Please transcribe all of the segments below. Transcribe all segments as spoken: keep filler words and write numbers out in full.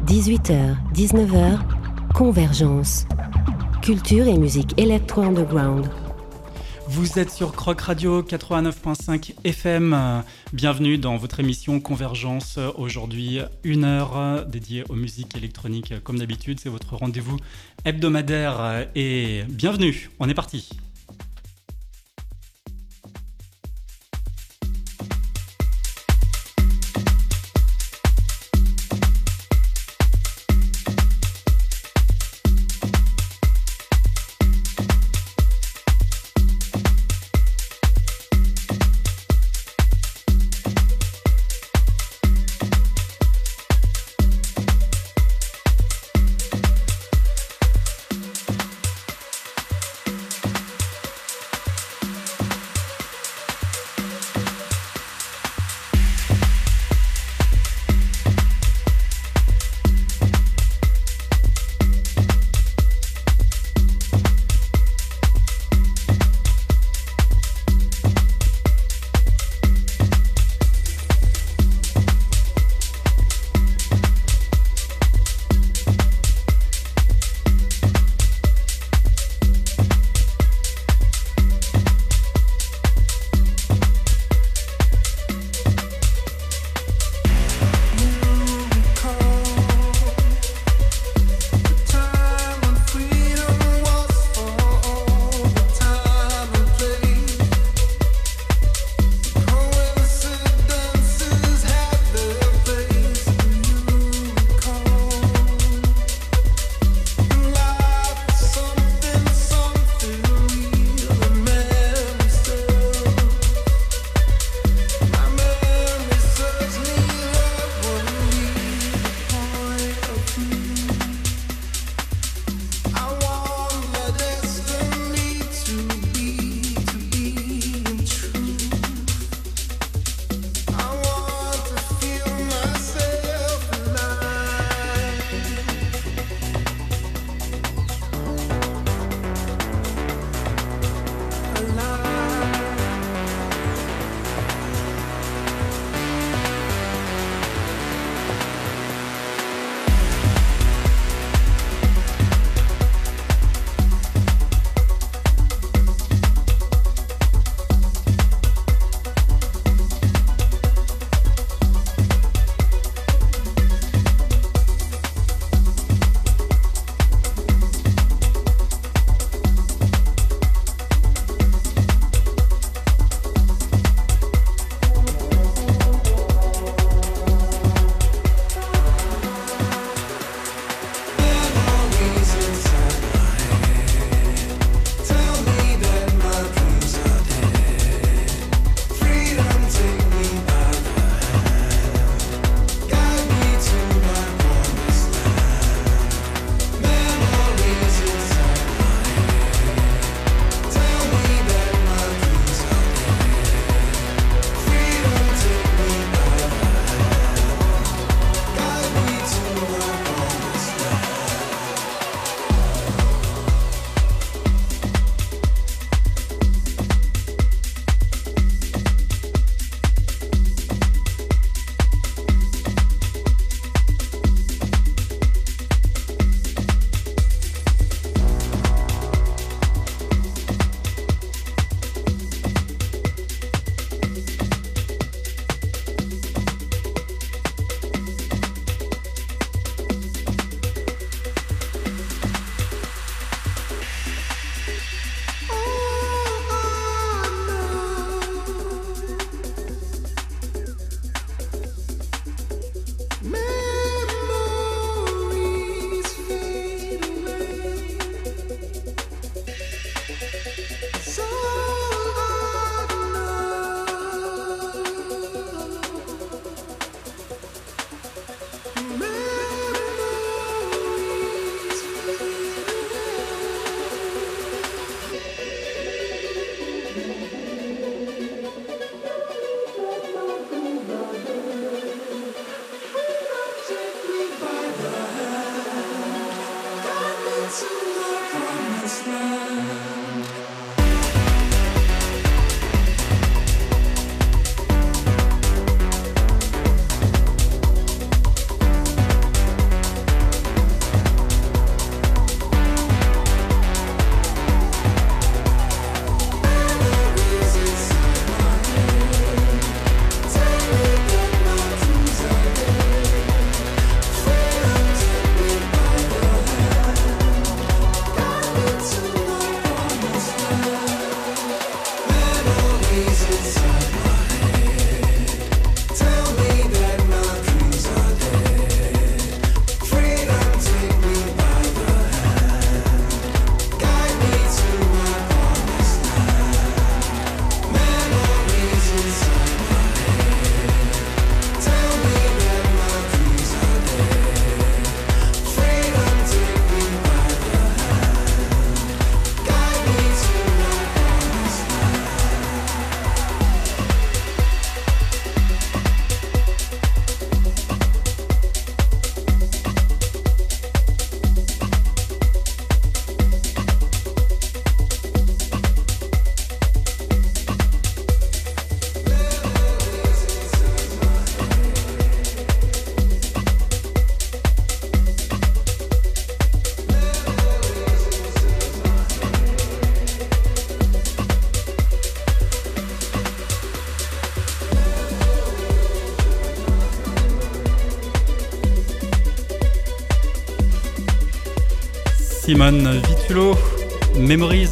dix-huit heures dix-neuf heures, Convergence. Culture et musique électro-underground. Vous êtes sur Croc Radio quatre-vingt-neuf virgule cinq F M. Bienvenue dans votre émission Convergence. Aujourd'hui, une heure dédiée aux musiques électroniques. Comme d'habitude, c'est votre rendez-vous hebdomadaire. Et bienvenue, on est parti. Simon Vitulo, Memories,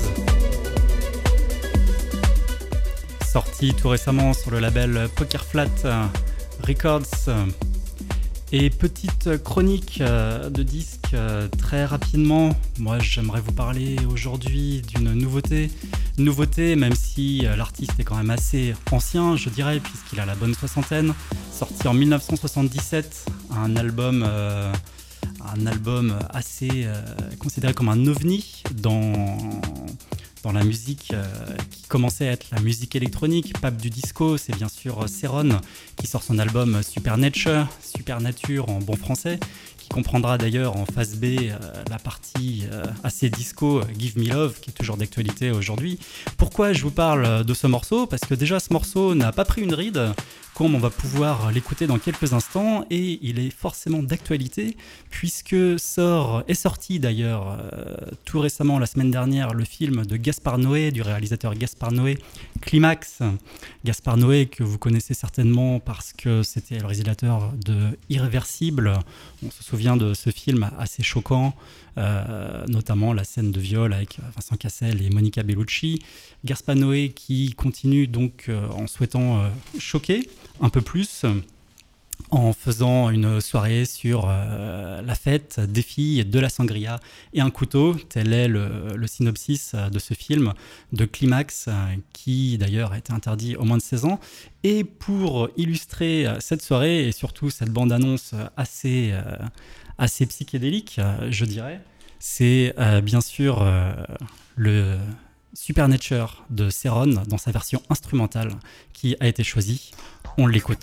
sorti tout récemment sur le label Poker Flat Records. Et petite chronique de disques très rapidement, moi j'aimerais vous parler aujourd'hui d'une nouveauté. Nouveauté, même si l'artiste est quand même assez ancien, je dirais, puisqu'il a la bonne soixantaine, sorti en dix-neuf cent soixante-dix-sept, un album... Euh, un album assez euh, considéré comme un ovni dans, dans la musique euh, qui commençait à être la musique électronique, pape du disco. C'est bien sûr Seron qui sort son album Supernature, Supernature en bon français, qui comprendra d'ailleurs en phase B euh, la partie euh, assez disco Give Me Love, qui est toujours d'actualité aujourd'hui. Pourquoi je vous parle de ce morceau ? Parce que déjà ce morceau n'a pas pris une ride, comme on va pouvoir l'écouter dans quelques instants, et il est forcément d'actualité puisque sort, est sorti d'ailleurs euh, tout récemment la semaine dernière le film de Gaspard Noé, du réalisateur Gaspard Noé, Climax. Gaspard Noé que vous connaissez certainement parce que c'était le réalisateur de Irréversible. On se souvient de ce film assez choquant, euh, notamment la scène de viol avec Vincent Cassel et Monica Bellucci. Gaspard Noé qui continue donc euh, en souhaitant euh, choquer un peu plus, en faisant une soirée sur euh, la fête, des filles, de la sangria et un couteau. Tel est le, le synopsis de ce film de Climax, qui d'ailleurs a été interdit au moins de seize ans. Et pour illustrer cette soirée et surtout cette bande-annonce assez, euh, assez psychédélique, je dirais, c'est euh, bien sûr euh, le Supernature de Seron dans sa version instrumentale qui a été choisi. On l'écoute.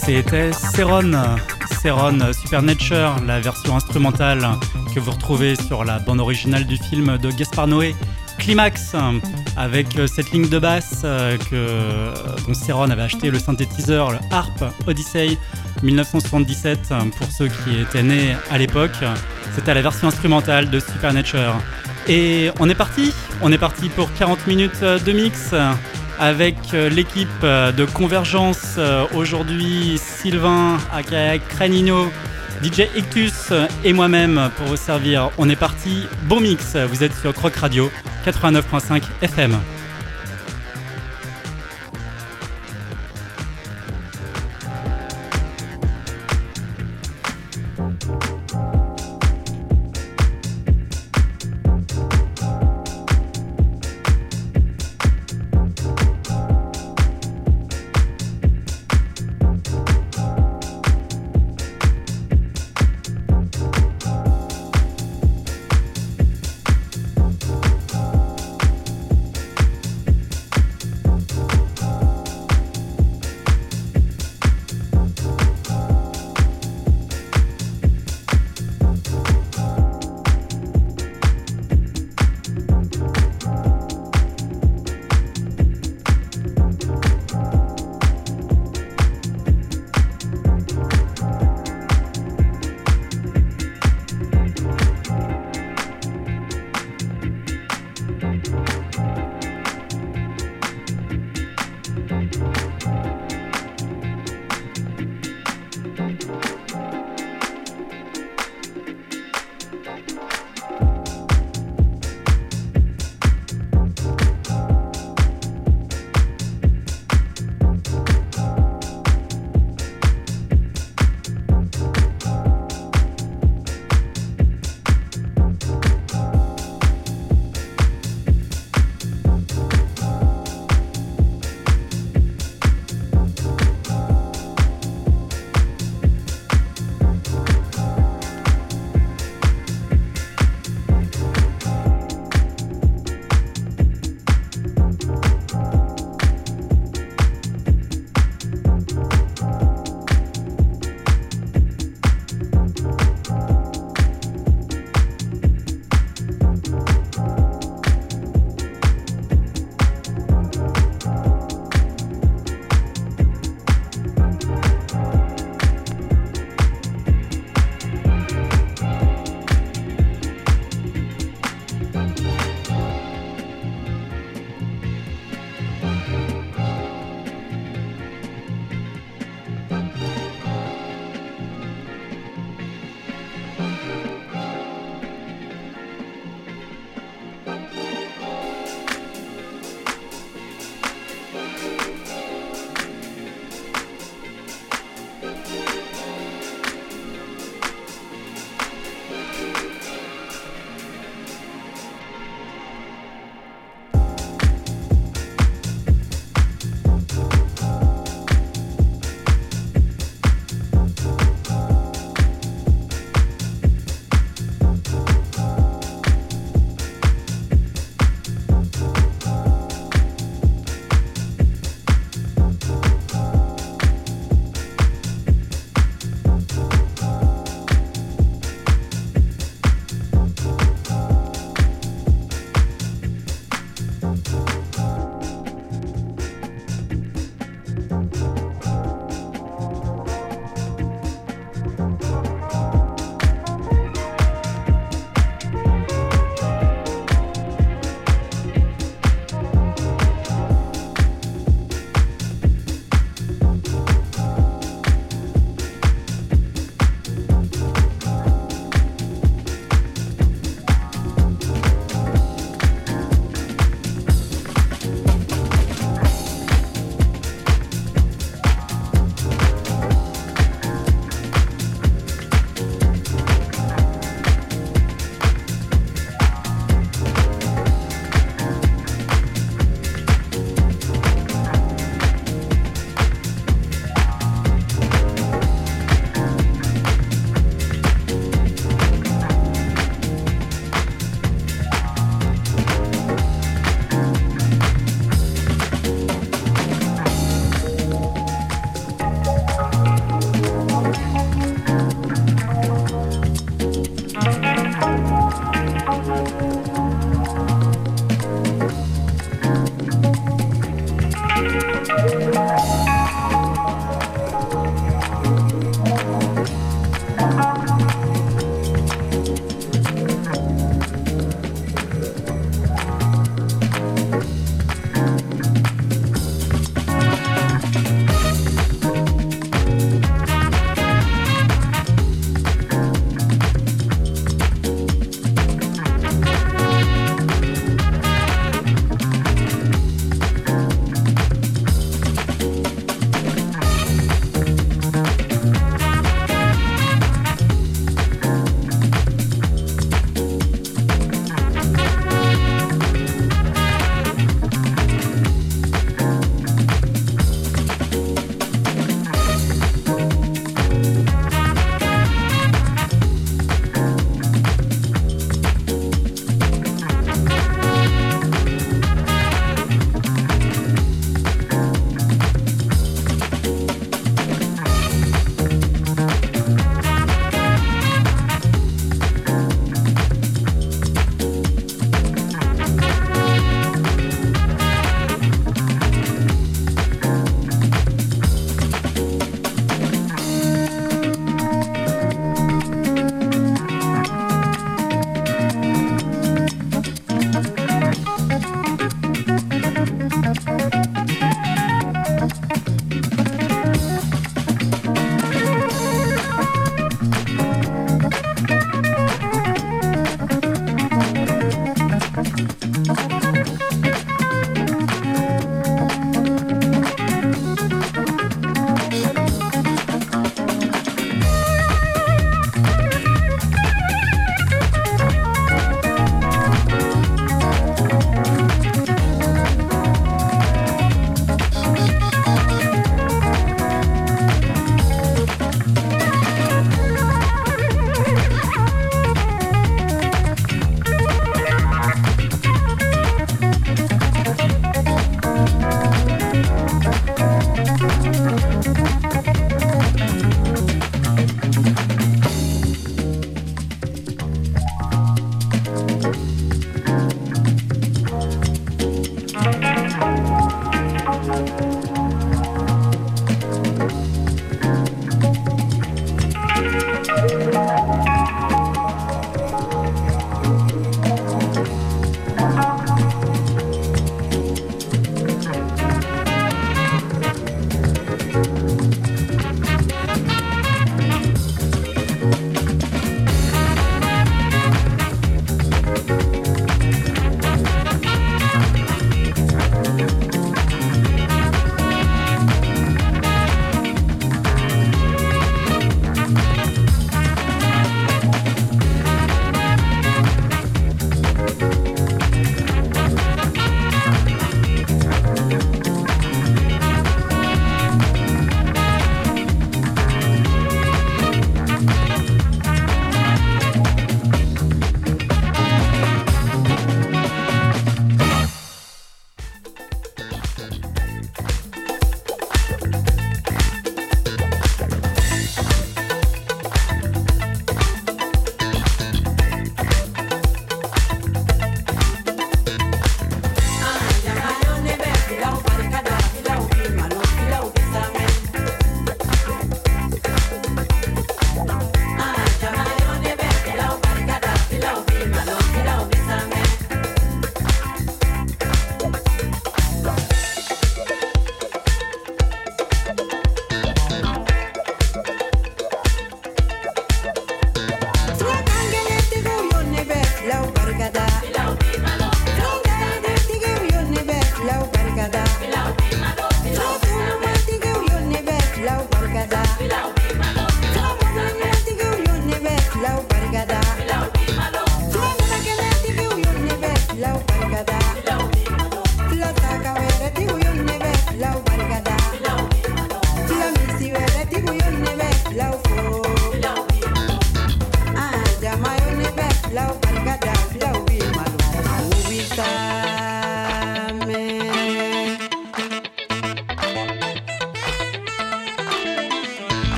C'était Céron, Céron Supernature, la version instrumentale que vous retrouvez sur la bande originale du film de Gaspard Noé, Climax, avec cette ligne de basse que, dont Céron avait acheté le synthétiseur, le Harp Odyssey dix-neuf cent soixante-dix-sept, pour ceux qui étaient nés à l'époque. C'était la version instrumentale de Supernature. Et on est parti, on est parti pour quarante minutes de mix avec l'équipe de Convergence. Aujourd'hui, Sylvain, aka Cranino, D J Ictus et moi-même pour vous servir. On est parti, bon mix, vous êtes sur Croc Radio quatre-vingt-neuf virgule cinq F M.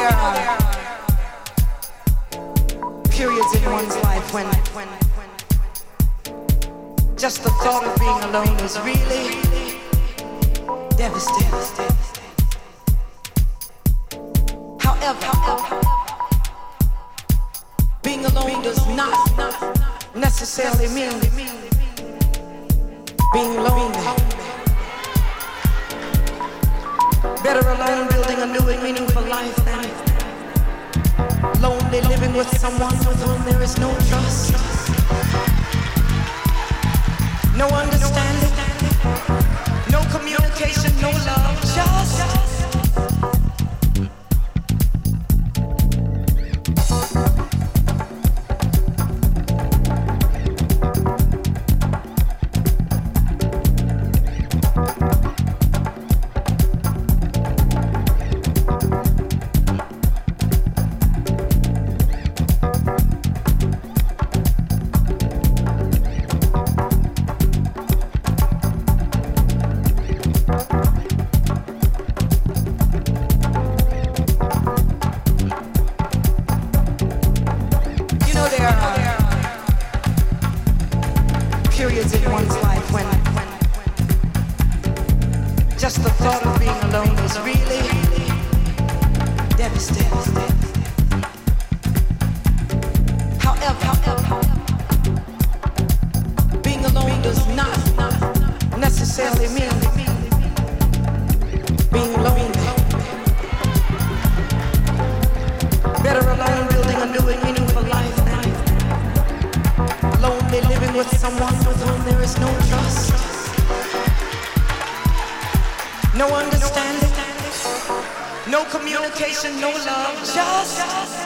there are periods in one's life when just the thought of being alone is really devastating. However, being alone does not necessarily mean being lonely. Better alone building a new and meaningful life than lonely living with someone with whom there is no trust, no understanding, no communication, no love, just no love, just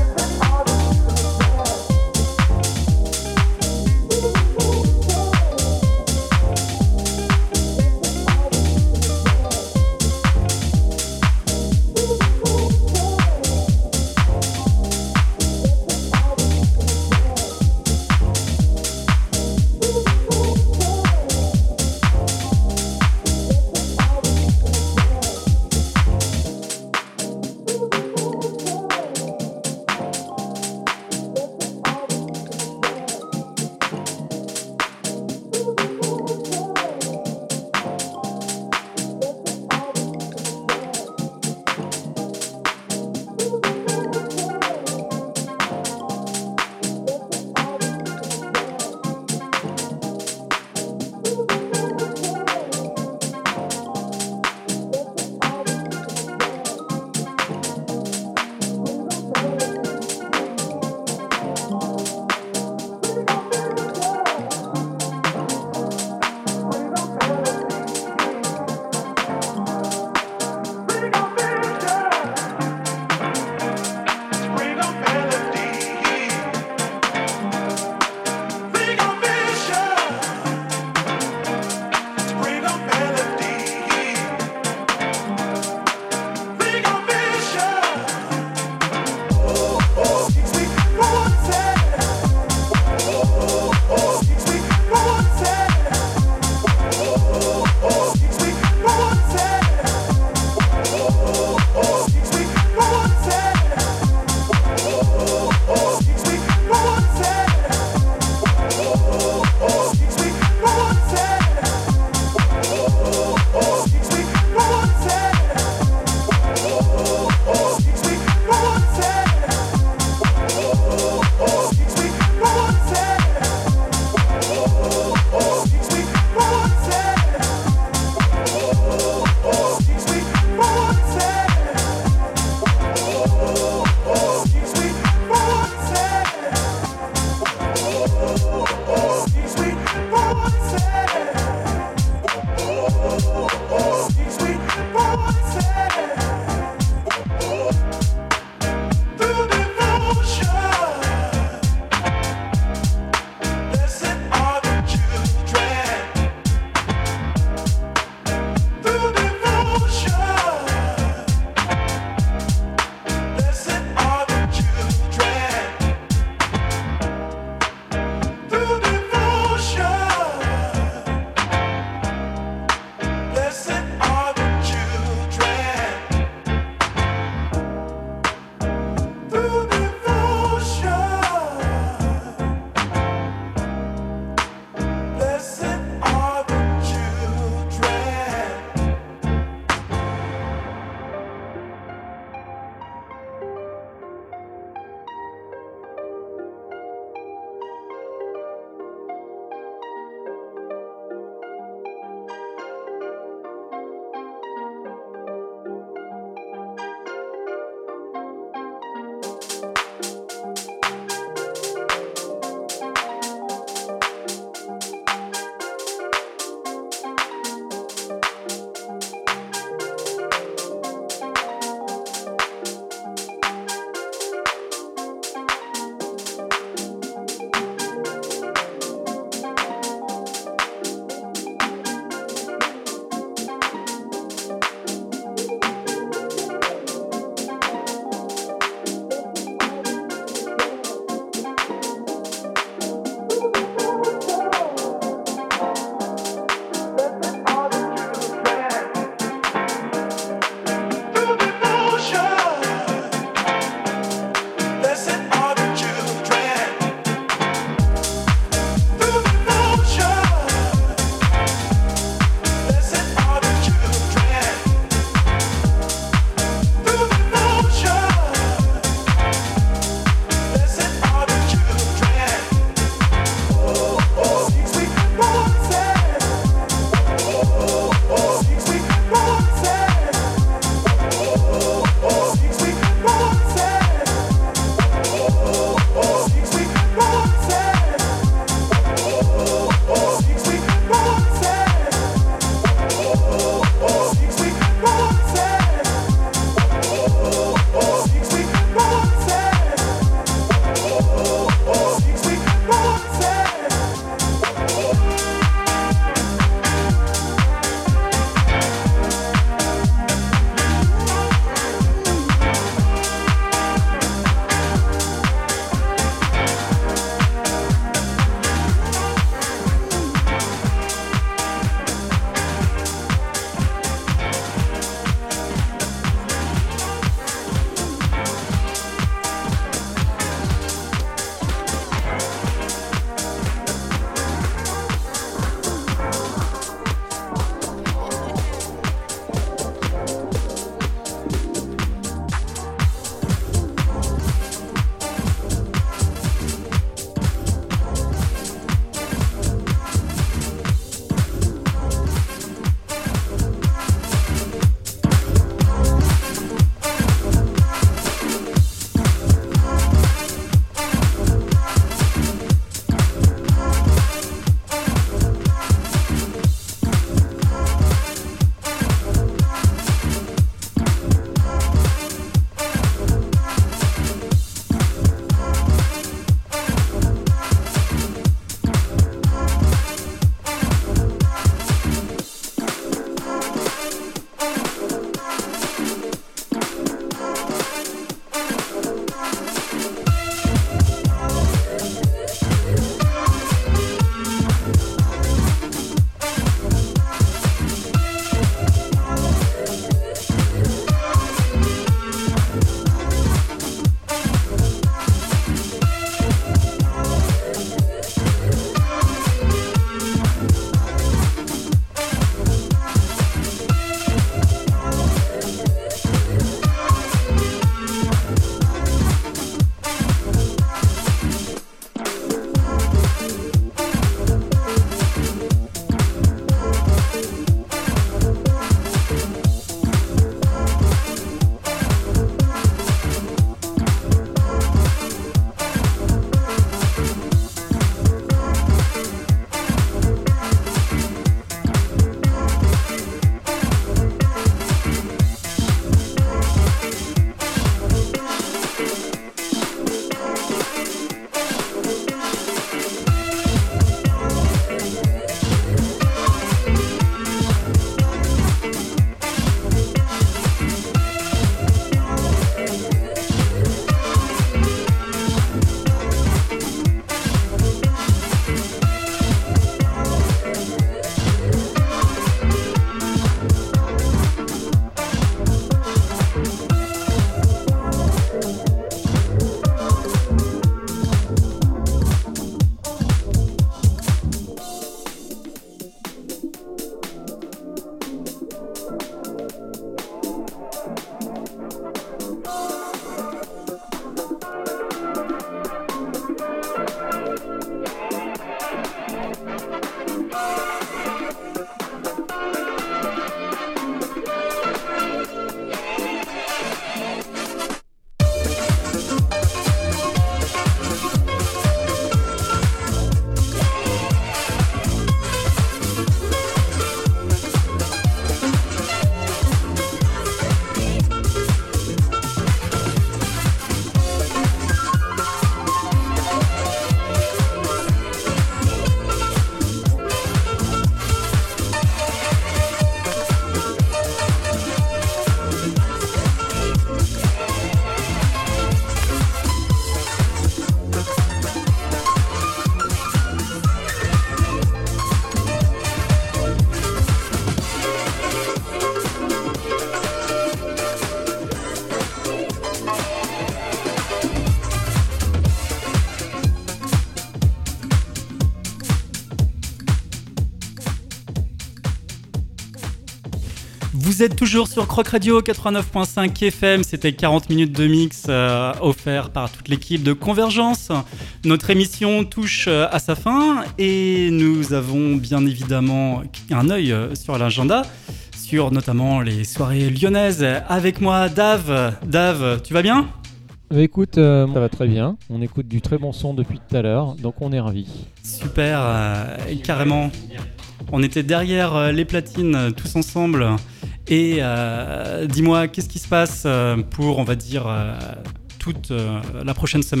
Vous êtes toujours sur Croc Radio quatre-vingt-neuf point cinq F M, c'était quarante minutes de mix euh, offert par toute l'équipe de Convergence. Notre émission touche euh, à sa fin et nous avons bien évidemment un œil euh, sur l'agenda, sur notamment les soirées lyonnaises. Avec moi, Dave. Dave, tu vas bien ? Bah écoute, euh, ça va très bien. On écoute du très bon son depuis tout à l'heure, donc on est ravis. Super, euh, carrément. On était derrière euh, les platines euh, tous ensemble. Et euh, dis-moi, qu'est-ce qui se passe euh, pour, on va dire, euh, toute euh, la prochaine semaine ?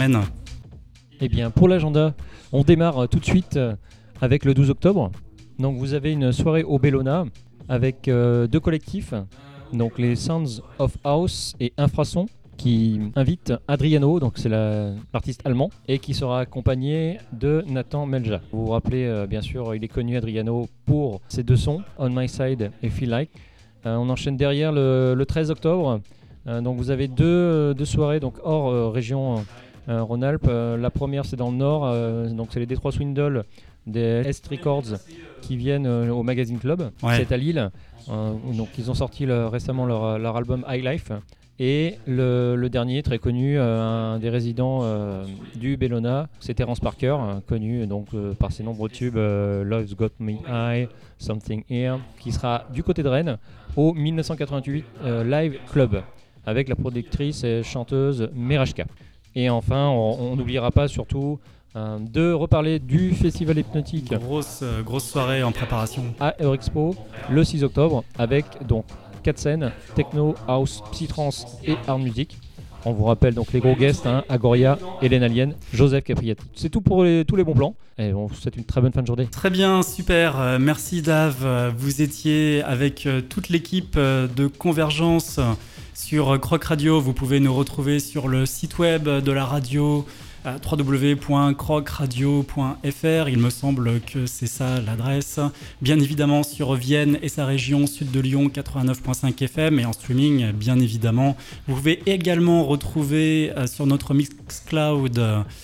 Eh bien, pour l'agenda, on démarre euh, tout de suite euh, avec le douze octobre. Donc vous avez une soirée au Bellona avec euh, deux collectifs, donc les Sounds of House et Infrason, qui invite Adriano, donc c'est la, l'artiste allemand, et qui sera accompagné de Nathan Melja. Vous vous rappelez, euh, bien sûr, il est connu Adriano pour ses deux sons, On My Side et Feel Like. Euh, on enchaîne derrière le, le treize octobre. Euh, donc vous avez deux, deux soirées donc hors euh, région euh, Rhône-Alpes. Euh, la première c'est dans le nord, euh, donc c'est les Détroit Swindle des S Records qui viennent euh, au Magazine Club. Ouais. C'est à Lille. Euh, donc ils ont sorti le, récemment leur, leur album High Life. Et le, le dernier, très connu, euh, un des résidents euh, du Bellona, c'est Terence Parker, euh, connu donc, euh, par ses nombreux tubes euh, Love's Got Me High, Something Here, qui sera du côté de Rennes au dix-neuf cent quatre-vingt-huit euh, Live Club, avec la productrice et chanteuse Merashka. Et enfin, on n'oubliera pas surtout euh, de reparler du Festival Hypnotique. Grosse, euh, grosse soirée en préparation. À Eurexpo, le six octobre, avec donc quatre scènes, techno, house, psytrance et art music. On vous rappelle donc les gros guests, hein, Agoria, Hélène Alien, Joseph Capriati. C'est tout pour les, tous les bons plans et on vous souhaite une très bonne fin de journée. Très bien, super. Euh, merci Dave. Vous étiez avec euh, toute l'équipe euh, de Convergence sur euh, Croc Radio. Vous pouvez nous retrouver sur le site web de la radio w w w point croc radio point f r. Il me semble que c'est ça l'adresse. Bien évidemment sur Vienne et sa région sud de Lyon, quatre-vingt-neuf point cinq F M, et en streaming bien évidemment. Vous pouvez également retrouver euh, sur notre Mixcloud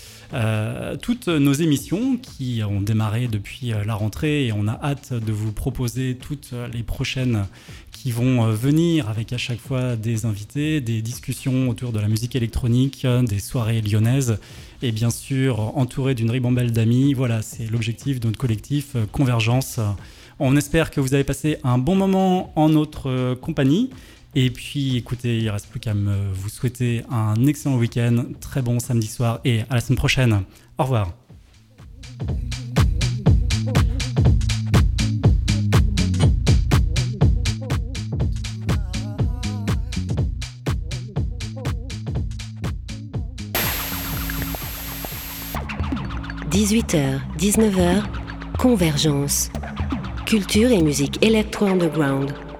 euh, toutes nos émissions qui ont démarré depuis euh, la rentrée, et on a hâte de vous proposer toutes les prochaines qui vont venir, avec à chaque fois des invités, des discussions autour de la musique électronique, des soirées lyonnaises, et bien sûr entouré d'une ribambelle d'amis. Voilà, c'est l'objectif de notre collectif Convergence. On espère que vous avez passé un bon moment en notre compagnie. Et puis écoutez, il ne reste plus qu'à me vous souhaiter un excellent week-end, très bon samedi soir, et à la semaine prochaine. Au revoir. dix-huit heures, dix-neuf heures, Convergence. Culture et musique électro-underground.